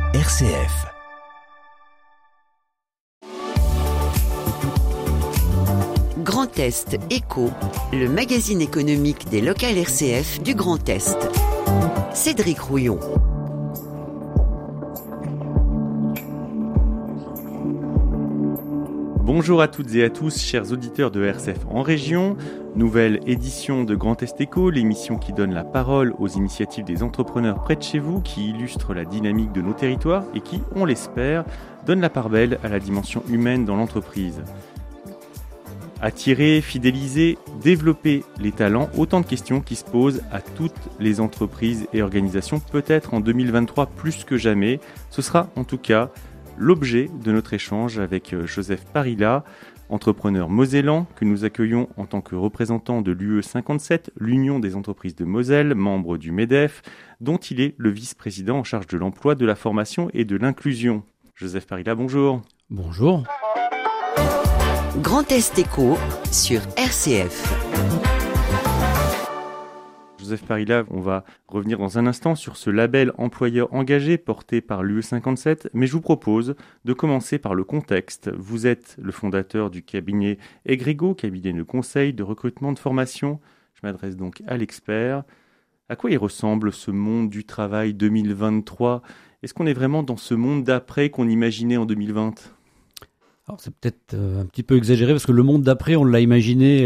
RCF. Grand Est Éco, le magazine économique des locales RCF du Grand Est. Cédric Rouillon. Bonjour à toutes et à tous, chers auditeurs de RCF en région. Nouvelle édition de Grand Est Éco, l'émission qui donne la parole aux initiatives des entrepreneurs près de chez vous, qui illustrent la dynamique de nos territoires et qui, on l'espère, donne la part belle à la dimension humaine dans l'entreprise. Attirer, fidéliser, développer les talents, autant de questions qui se posent à toutes les entreprises et organisations, peut-être en 2023 plus que jamais. Ce sera en tout cas l'objet de notre échange avec Joseph Parilla, entrepreneur mosellan que nous accueillons en tant que représentant de l'UE 57, l'Union des entreprises de Moselle, membre du MEDEF, dont il est le vice-président en charge de l'emploi, de la formation et de l'inclusion. Joseph Parilla, bonjour. Bonjour. Grand Est Éco sur RCF. Joseph Parilla, on va revenir dans un instant sur ce label employeur engagé porté par l'UE 57, mais je vous propose de commencer par le contexte. Vous êtes le fondateur du cabinet Egrego, cabinet de conseil, de recrutement, de formation. Je m'adresse donc à l'expert. À quoi il ressemble ce monde du travail 2023 ? Est-ce qu'on est vraiment dans ce monde d'après qu'on imaginait en 2020 ? Alors c'est peut-être un petit peu exagéré parce que le monde d'après, on l'a imaginé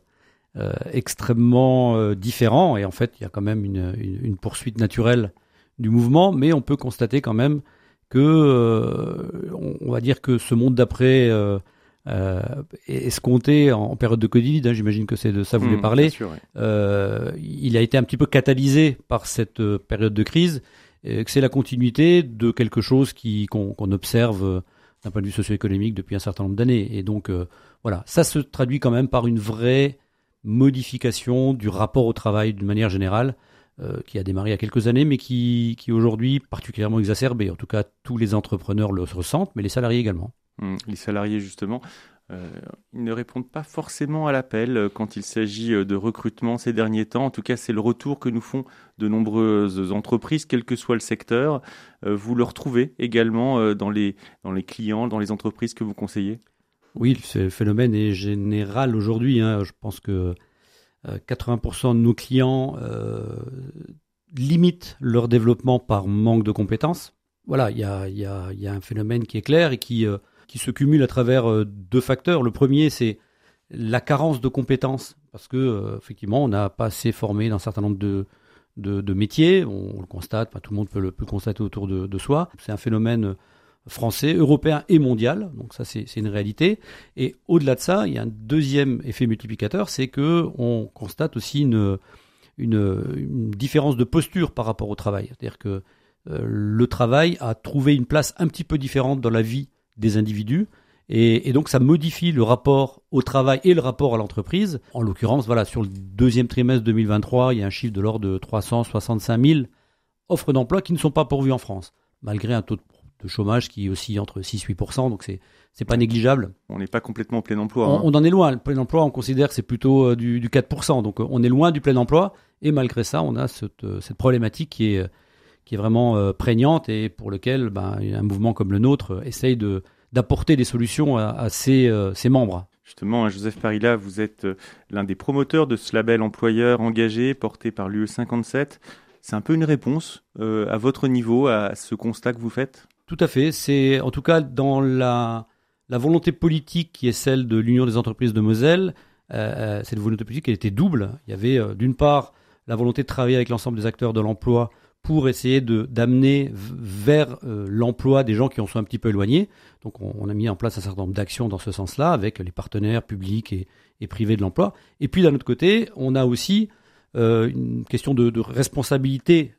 extrêmement différent et en fait, il y a quand même une poursuite naturelle du mouvement, mais on peut constater quand même que, on va dire que ce monde d'après est escompté en période de Covid, hein, j'imagine que c'est de ça que vous voulez parler. Bien sûr, ouais. Il a été un petit peu catalysé par cette période de crise, et que c'est la continuité de quelque chose qu'on observe d'un point de vue socio-économique depuis un certain nombre d'années. Et donc, voilà, ça se traduit quand même par une vraie modification du rapport au travail d'une manière générale, qui a démarré il y a quelques années, mais qui aujourd'hui est particulièrement exacerbée. En tout cas, tous les entrepreneurs le ressentent, mais les salariés également. Les salariés, justement, ils ne répondent pas forcément à l'appel quand il s'agit de recrutement ces derniers temps. En tout cas, c'est le retour que nous font de nombreuses entreprises, quel que soit le secteur. Vous le retrouvez également dans les clients, dans les entreprises que vous conseillez ? Oui, ce phénomène est général aujourd'hui. Hein. Je pense que 80% de nos clients limitent leur développement par manque de compétences. Voilà, il y a un phénomène qui est clair et qui se cumule à travers deux facteurs. Le premier, c'est la carence de compétences, parce que effectivement, on n'a pas assez formé dans un certain nombre de métiers. On le constate, tout le monde peut le constater autour de soi. C'est un phénomène français, européen et mondial. Donc ça, c'est une réalité. Et au-delà de ça, il y a un deuxième effet multiplicateur, c'est que on constate aussi une différence de posture par rapport au travail. C'est-à-dire que le travail a trouvé une place un petit peu différente dans la vie des individus. Et donc, ça modifie le rapport au travail et le rapport à l'entreprise. En l'occurrence, voilà, sur le deuxième trimestre 2023, il y a un chiffre de l'ordre de 365 000 offres d'emploi qui ne sont pas pourvues en France, malgré un taux de chômage qui oscille entre 6-8%, donc c'est pas négligeable. On n'est pas complètement au plein emploi. On en est loin. Le plein emploi, on considère que c'est plutôt du 4%, donc on est loin du plein emploi, et malgré ça, on a cette problématique qui est vraiment prégnante et pour lequel un mouvement comme le nôtre essaye d'apporter des solutions à ses membres. Justement, Joseph Parilla, vous êtes l'un des promoteurs de ce label employeur engagé porté par l'UE 57. C'est un peu une réponse à votre niveau à ce constat que vous faites ? Tout à fait. C'est en tout cas dans la volonté politique qui est celle de l'Union des entreprises de Moselle. Cette volonté politique, elle était double. Il y avait d'une part la volonté de travailler avec l'ensemble des acteurs de l'emploi pour essayer d'amener vers l'emploi des gens qui en sont un petit peu éloignés. Donc on a mis en place un certain nombre d'actions dans ce sens-là avec les partenaires publics et privés de l'emploi. Et puis d'un autre côté, on a aussi une question de responsabilité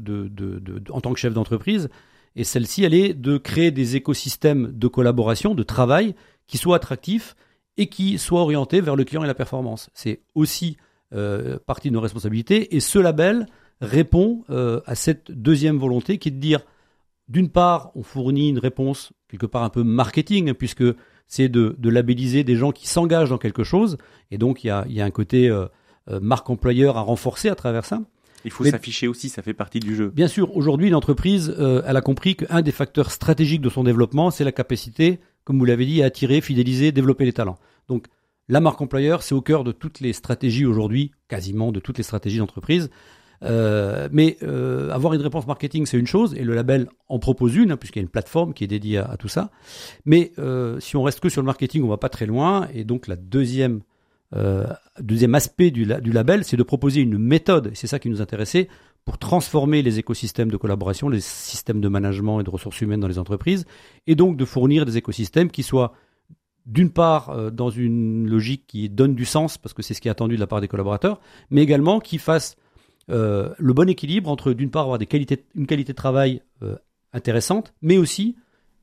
en tant que chef d'entreprise. Et celle-ci, elle est de créer des écosystèmes de collaboration, de travail, qui soient attractifs et qui soient orientés vers le client et la performance. C'est aussi partie de nos responsabilités. Et ce label répond à cette deuxième volonté qui est de dire, d'une part, on fournit une réponse quelque part un peu marketing, puisque c'est de labelliser des gens qui s'engagent dans quelque chose. Et donc, il y a un côté marque employeur à renforcer à travers ça. Il faut s'afficher aussi, ça fait partie du jeu. Bien sûr, aujourd'hui, l'entreprise, elle a compris qu'un des facteurs stratégiques de son développement, c'est la capacité, comme vous l'avez dit, à attirer, fidéliser, développer les talents. Donc, la marque employeur, c'est au cœur de toutes les stratégies aujourd'hui, quasiment de toutes les stratégies d'entreprise. Mais avoir une réponse marketing, c'est une chose, et le label en propose une, puisqu'il y a une plateforme qui est dédiée à tout ça. Mais si on reste que sur le marketing, on va pas très loin. Et donc, la deuxième aspect du label, c'est de proposer une méthode, et c'est ça qui nous intéressait, pour transformer les écosystèmes de collaboration, les systèmes de management et de ressources humaines dans les entreprises, et donc de fournir des écosystèmes qui soient d'une part dans une logique qui donne du sens, parce que c'est ce qui est attendu de la part des collaborateurs, mais également qui fasse le bon équilibre entre, d'une part, avoir une qualité de travail intéressante, mais aussi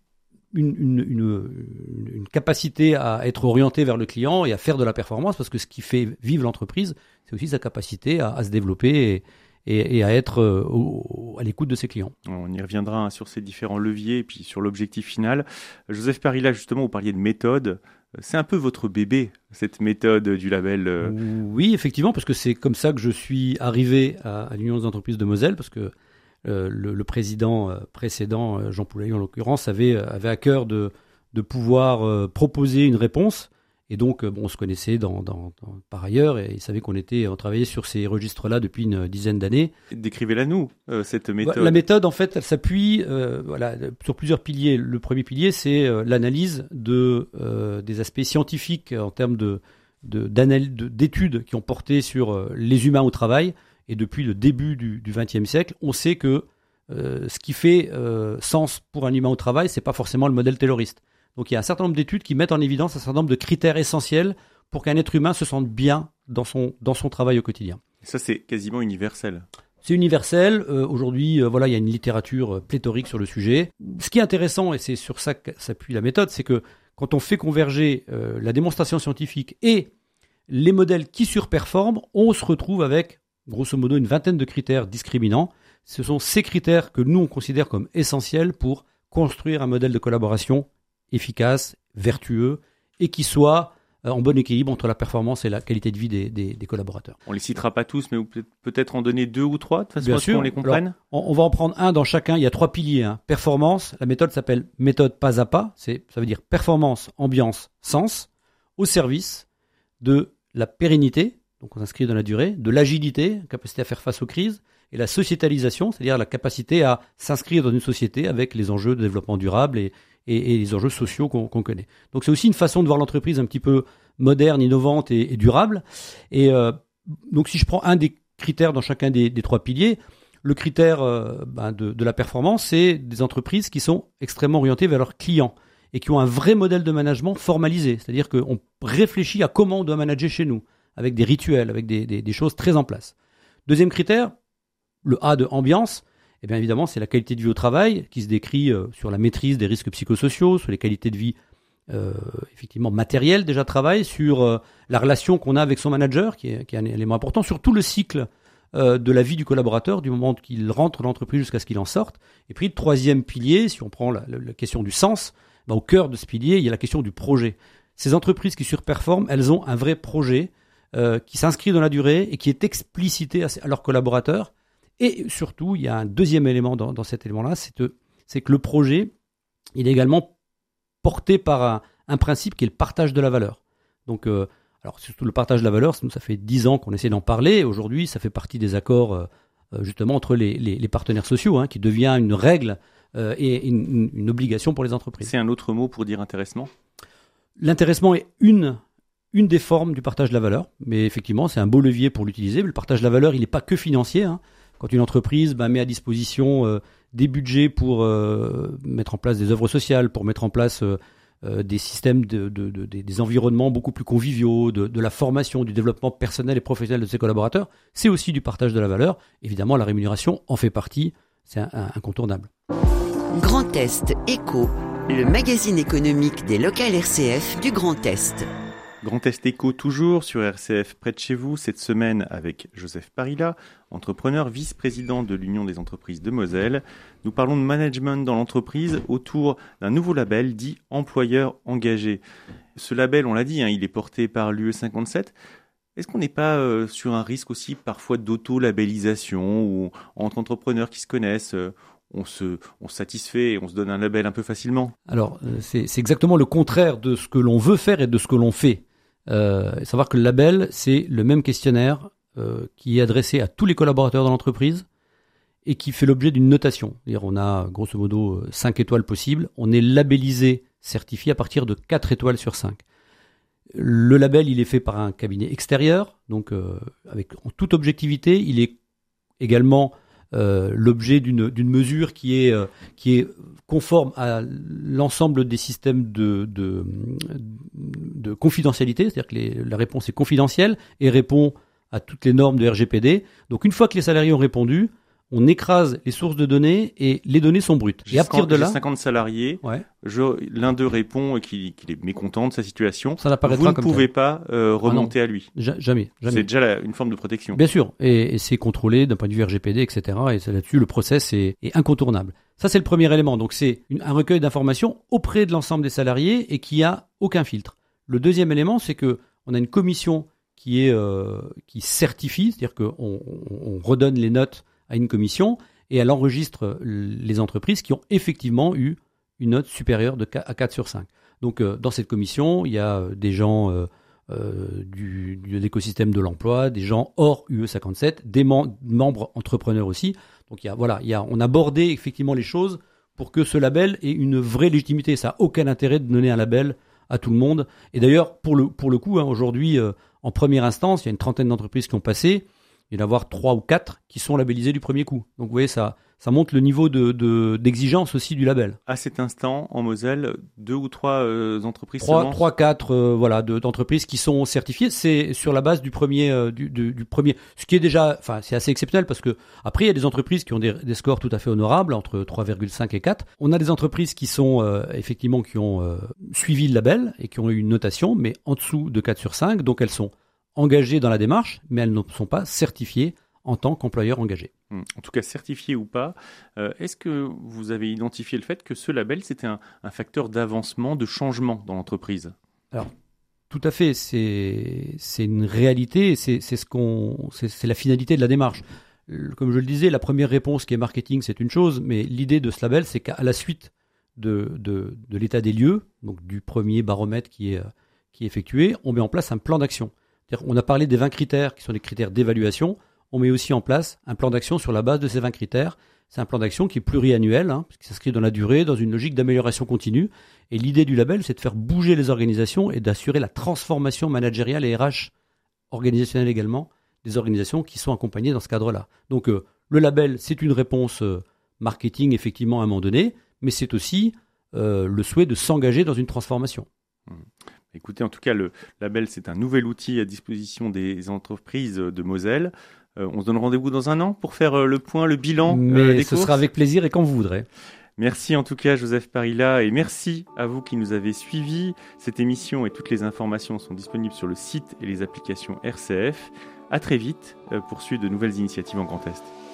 une capacité à être orienté vers le client et à faire de la performance, parce que ce qui fait vivre l'entreprise, c'est aussi sa capacité à se développer et à être à l'écoute de ses clients. On y reviendra sur ces différents leviers et puis sur l'objectif final. Joseph Parilla, justement, vous parliez de méthode. C'est un peu votre bébé, cette méthode du label. Oui, effectivement, parce que c'est comme ça que je suis arrivé à l'Union des entreprises de Moselle, parce que le président précédent, Jean Poulailler en l'occurrence, avait à cœur de pouvoir proposer une réponse. Et donc, on se connaissait par ailleurs, et il savait on travaillait sur ces registres-là depuis une dizaine d'années. Décrivez-la nous, cette méthode. La méthode, en fait, elle s'appuie sur plusieurs piliers. Le premier pilier, c'est l'analyse des aspects scientifiques en termes d'études qui ont porté sur les humains au travail. Et depuis le début du XXe siècle, on sait que ce qui fait sens pour un humain au travail, c'est pas forcément le modèle tayloriste. Donc il y a un certain nombre d'études qui mettent en évidence un certain nombre de critères essentiels pour qu'un être humain se sente bien dans son travail au quotidien. Ça, c'est quasiment universel. C'est universel. Aujourd'hui, il y a une littérature pléthorique sur le sujet. Ce qui est intéressant, et c'est sur ça que s'appuie la méthode, c'est que quand on fait converger la démonstration scientifique et les modèles qui surperforment, on se retrouve avec, grosso modo, une vingtaine de critères discriminants. Ce sont ces critères que nous, on considère comme essentiels pour construire un modèle de collaboration efficace, vertueux, et qui soit en bon équilibre entre la performance et la qualité de vie des collaborateurs. On ne les citera pas tous, mais vous pouvez peut-être en donner 2 ou 3, de façon à ce qu'on les comprenne. Alors, on va en prendre un dans chacun. Il y a 3 piliers. Performance, la méthode s'appelle méthode pas à pas. Ça veut dire performance, ambiance, sens, au service de la pérennité, donc on s'inscrit dans la durée, de l'agilité, capacité à faire face aux crises, et la sociétalisation, c'est-à-dire la capacité à s'inscrire dans une société avec les enjeux de développement durable et les enjeux sociaux qu'on connaît. Donc c'est aussi une façon de voir l'entreprise un petit peu moderne, innovante et durable. Et donc si je prends un des critères dans chacun des 3 piliers, le critère de la performance, c'est des entreprises qui sont extrêmement orientées vers leurs clients et qui ont un vrai modèle de management formalisé. C'est-à-dire qu'on réfléchit à comment on doit manager chez nous, avec des rituels, avec des choses très en place. Deuxième critère, le A de ambiance, eh bien évidemment, c'est la qualité de vie au travail qui se décrit sur la maîtrise des risques psychosociaux, sur les qualités de vie effectivement matérielles déjà travail, sur la relation qu'on a avec son manager, qui est un élément important, sur tout le cycle de la vie du collaborateur, du moment qu'il rentre dans l'entreprise jusqu'à ce qu'il en sorte. Et puis, le troisième pilier, si on prend la question du sens, au cœur de ce pilier, il y a la question du projet. Ces entreprises qui surperforment, elles ont un vrai projet qui s'inscrit dans la durée et qui est explicité à leurs collaborateurs. Et surtout, il y a un deuxième élément dans cet élément-là, c'est que le projet, il est également porté par un principe qui est le partage de la valeur. Donc, alors surtout le partage de la valeur, ça fait 10 ans qu'on essaie d'en parler. Aujourd'hui, ça fait partie des accords justement entre les partenaires sociaux, qui devient une règle et une obligation pour les entreprises. C'est un autre mot pour dire intéressement ? L'intéressement est une des formes du partage de la valeur, mais effectivement, c'est un beau levier pour l'utiliser. Le partage de la valeur, il n'est pas que financier. Quand une entreprise met à disposition des budgets pour mettre en place des œuvres sociales, pour mettre en place des systèmes des environnements beaucoup plus conviviaux, de la formation, du développement personnel et professionnel de ses collaborateurs, c'est aussi du partage de la valeur. Évidemment, la rémunération en fait partie, c'est incontournable. Grand Est Éco, le magazine économique des locales RCF du Grand Est. Grand Est Éco toujours sur RCF près de chez vous, cette semaine avec Joseph Parilla, entrepreneur, vice-président de l'Union des entreprises de Moselle. Nous parlons de management dans l'entreprise autour d'un nouveau label dit employeur engagé. Ce label, on l'a dit, il est porté par l'UE57. Est-ce qu'on n'est pas sur un risque aussi parfois d'auto-labellisation, où entre entrepreneurs qui se connaissent, on se satisfait et on se donne un label un peu facilement? Alors, c'est exactement le contraire de ce que l'on veut faire et de ce que l'on fait. Savoir que le label, c'est le même questionnaire qui est adressé à tous les collaborateurs dans l'entreprise et qui fait l'objet d'une notation. C'est-à-dire, on a grosso modo 5 étoiles possibles. On est labellisé, certifié à partir de 4 étoiles sur 5. Le label, il est fait par un cabinet extérieur, donc avec en toute objectivité. Il est également l'objet d'une mesure qui est conforme à l'ensemble des systèmes de confidentialité, c'est-à-dire que la réponse est confidentielle et répond à toutes les normes de RGPD. Donc une fois que les salariés ont répondu, on écrase les sources de données et les données sont brutes. Et à partir de là, j'ai 50 salariés, ouais. L'un d'eux répond qu'il est mécontent de sa situation. Ça vous ne pouvez pas remonter à lui. Jamais. C'est déjà une forme de protection. Bien sûr, et c'est contrôlé d'un point de vue RGPD, etc. Et c'est là-dessus, le process est incontournable. Ça, c'est le premier élément. Donc c'est un recueil d'informations auprès de l'ensemble des salariés et qui a aucun filtre. Le deuxième élément, c'est que on a une commission qui certifie, c'est-à-dire qu'on redonne les notes à une commission et elle enregistre les entreprises qui ont effectivement eu une note supérieure à 4 sur 5. Donc dans cette commission, il y a des gens de l'écosystème de l'emploi, des gens hors UE57, des membres entrepreneurs aussi. Donc on a abordé effectivement les choses pour que ce label ait une vraie légitimité. Ça n'a aucun intérêt de donner un label à tout le monde. Et d'ailleurs, pour le coup, aujourd'hui, en première instance, il y a une trentaine d'entreprises qui ont passé. Il va y en avoir 3 ou 4 qui sont labellisés du premier coup. Donc vous voyez, ça montre le niveau d'exigence aussi du label. À cet instant, en Moselle, 2 ou 3 entreprises seulement 3-4 d'entreprises qui sont certifiées. C'est sur la base du premier, du premier. Ce qui est déjà, c'est assez exceptionnel parce que après, il y a des entreprises qui ont des scores tout à fait honorables, entre 3,5 et 4. On a des entreprises qui sont effectivement qui ont suivi le label et qui ont eu une notation, mais en dessous de 4 sur 5. Donc elles sont engagées dans la démarche, mais elles ne sont pas certifiées en tant qu'employeur engagé. En tout cas, certifié ou pas, est-ce que vous avez identifié le fait que ce label, c'était un facteur d'avancement, de changement dans l'entreprise? Alors, tout à fait, c'est une réalité, c'est la finalité de la démarche. Comme je le disais, la première réponse qui est marketing, c'est une chose, mais l'idée de ce label, c'est qu'à la suite de l'état des lieux, donc du premier baromètre qui est effectué, on met en place un plan d'action. C'est-à-dire, on a parlé des 20 critères qui sont des critères d'évaluation. On met aussi en place un plan d'action sur la base de ces 20 critères. C'est un plan d'action qui est pluriannuel, parce qu'il s'inscrit dans la durée, dans une logique d'amélioration continue. Et l'idée du label, c'est de faire bouger les organisations et d'assurer la transformation managériale et RH organisationnelle également des organisations qui sont accompagnées dans ce cadre-là. Donc le label, c'est une réponse marketing effectivement à un moment donné, mais c'est aussi le souhait de s'engager dans une transformation. Écoutez, en tout cas, le label, c'est un nouvel outil à disposition des entreprises de Moselle. On se donne rendez-vous dans un an pour faire le point, le bilan des courses. Ce sera avec plaisir et quand vous voudrez. Merci en tout cas, Joseph Parilla, et merci à vous qui nous avez suivis. Cette émission et toutes les informations sont disponibles sur le site et les applications RCF. À très vite pour suivre de nouvelles initiatives en Grand Est.